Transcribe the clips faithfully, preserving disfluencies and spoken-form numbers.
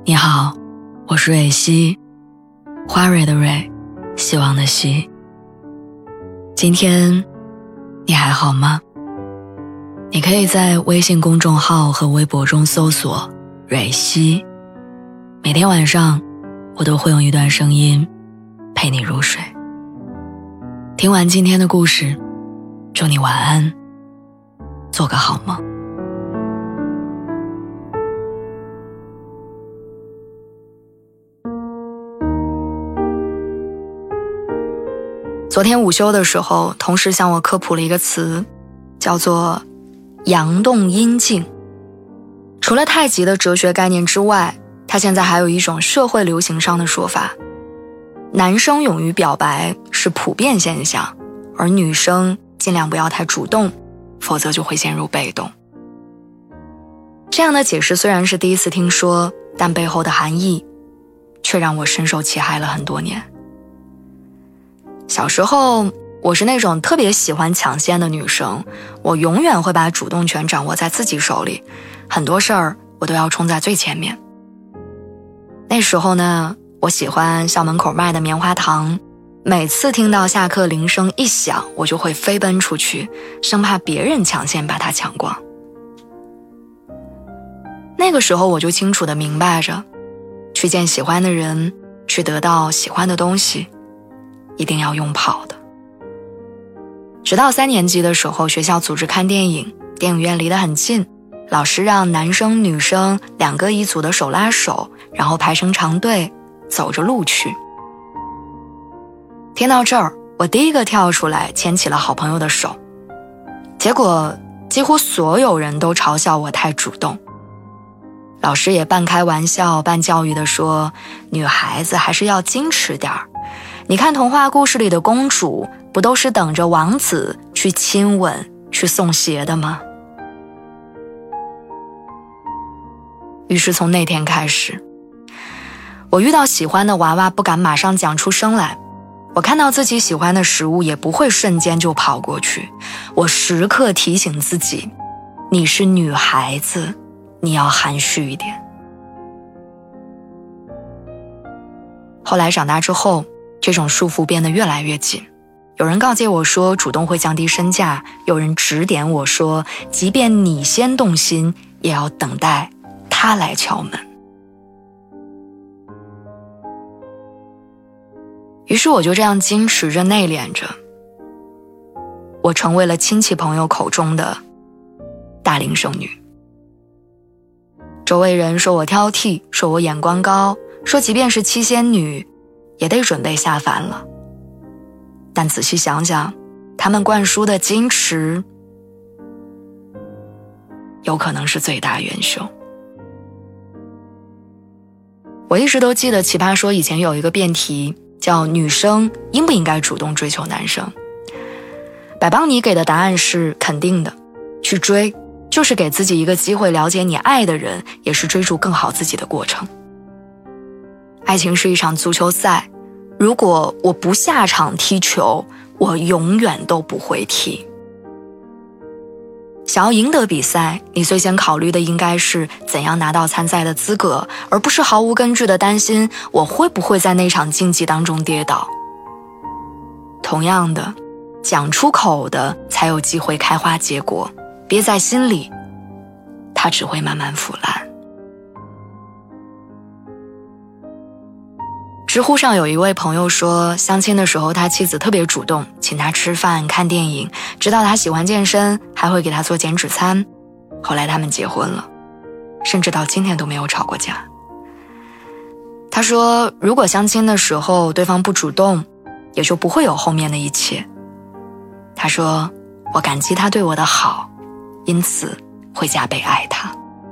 你好，我是蕊希，花蕊的蕊，希望的希。今天你还好吗？你可以在微信公众号和微博中搜索蕊希，每天晚上我都会用一段声音陪你入睡。听完今天的故事，祝你晚安，做个好梦。昨天午休的时候，同事向我科普了一个词，叫做阳动阴静。除了太极的哲学概念之外，它现在还有一种社会流行上的说法，男生勇于表白是普遍现象，而女生尽量不要太主动，否则就会陷入被动。这样的解释虽然是第一次听说，但背后的含义却让我深受其害了很多年。小时候我是那种特别喜欢抢先的女生，我永远会把主动权掌握在自己手里，很多事儿我都要冲在最前面。那时候呢，我喜欢校门口卖的棉花糖，每次听到下课铃声一响，我就会飞奔出去，生怕别人抢先把它抢光。那个时候我就清楚地明白着，去见喜欢的人，去得到喜欢的东西，一定要用跑的。直到三年级的时候，学校组织看电影，电影院离得很近，老师让男生女生两个一组的手拉手，然后排成长队走着路去。听到这儿，我第一个跳出来牵起了好朋友的手，结果几乎所有人都嘲笑我太主动。老师也半开玩笑半教育地说，女孩子还是要矜持点儿，你看童话故事里的公主不都是等着王子去亲吻去送鞋的吗？于是从那天开始，我遇到喜欢的娃娃不敢马上讲出声来，我看到自己喜欢的食物也不会瞬间就跑过去，我时刻提醒自己，你是女孩子，你要含蓄一点。后来长大之后，这种束缚变得越来越紧，有人告诫我说主动会降低身价，有人指点我说即便你先动心，也要等待他来敲门。于是我就这样矜持着内敛着，我成为了亲戚朋友口中的大龄剩女。周围人说我挑剔，说我眼光高，说即便是七仙女也得准备下凡了。但仔细想想，他们灌输的矜持有可能是最大元凶。我一直都记得奇葩说以前有一个辩题叫女生应不应该主动追求男生，百邦尼给的答案是肯定的，去追就是给自己一个机会了解你爱的人，也是追逐更好自己的过程。爱情是一场足球赛，如果我不下场踢球，我永远都不会踢。想要赢得比赛，你最先考虑的应该是怎样拿到参赛的资格，而不是毫无根据的担心我会不会在那场竞技当中跌倒。同样的，讲出口的才有机会开花结果，憋在心里，它只会慢慢腐烂。知乎上有一位朋友说，相亲的时候他妻子特别主动，请他吃饭看电影，知道他喜欢健身，还会给他做减脂餐。后来他们结婚了，甚至到今天都没有吵过架。他说，如果相亲的时候对方不主动，也就不会有后面的一切。他说，我感激他对我的好，因此会加倍爱他。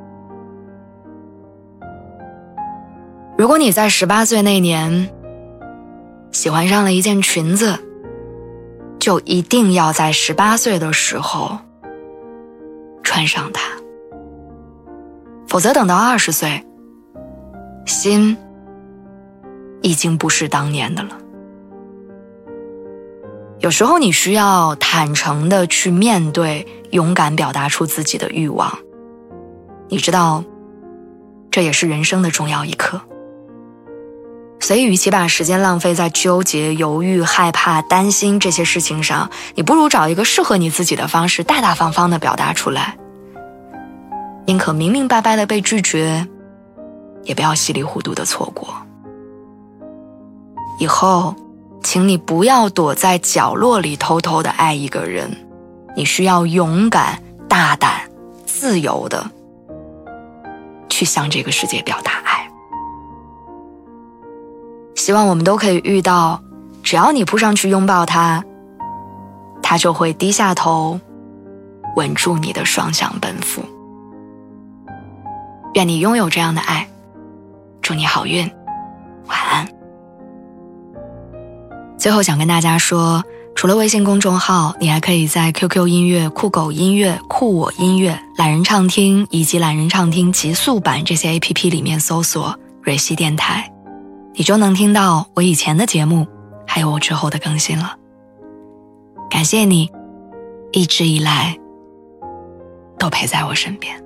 如果你在十八岁那年喜欢上了一件裙子，就一定要在十八岁的时候穿上它，否则等到二十岁，心已经不是当年的了。有时候你需要坦诚地去面对，勇敢表达出自己的欲望。你知道， 这也是人生的重要一课。所以与其把时间浪费在纠结、犹豫、害怕、担心这些事情上，你不如找一个适合你自己的方式，大大方方地表达出来。宁可明明白白地被拒绝，也不要稀里糊涂地错过。以后请你不要躲在角落里偷偷地爱一个人，你需要勇敢、大胆、自由地去向这个世界表达爱。希望我们都可以遇到，只要你扑上去拥抱他，他就会低下头吻住你的双向奔赴。愿你拥有这样的爱，祝你好运，晚安。最后想跟大家说，除了微信公众号，你还可以在 Q Q 音乐、酷狗音乐、酷我音乐、懒人畅听以及懒人畅听极速版这些 A P P 里面搜索蕊希电台，你就能听到我以前的节目，还有我之后的更新了。感谢你一直以来都陪在我身边。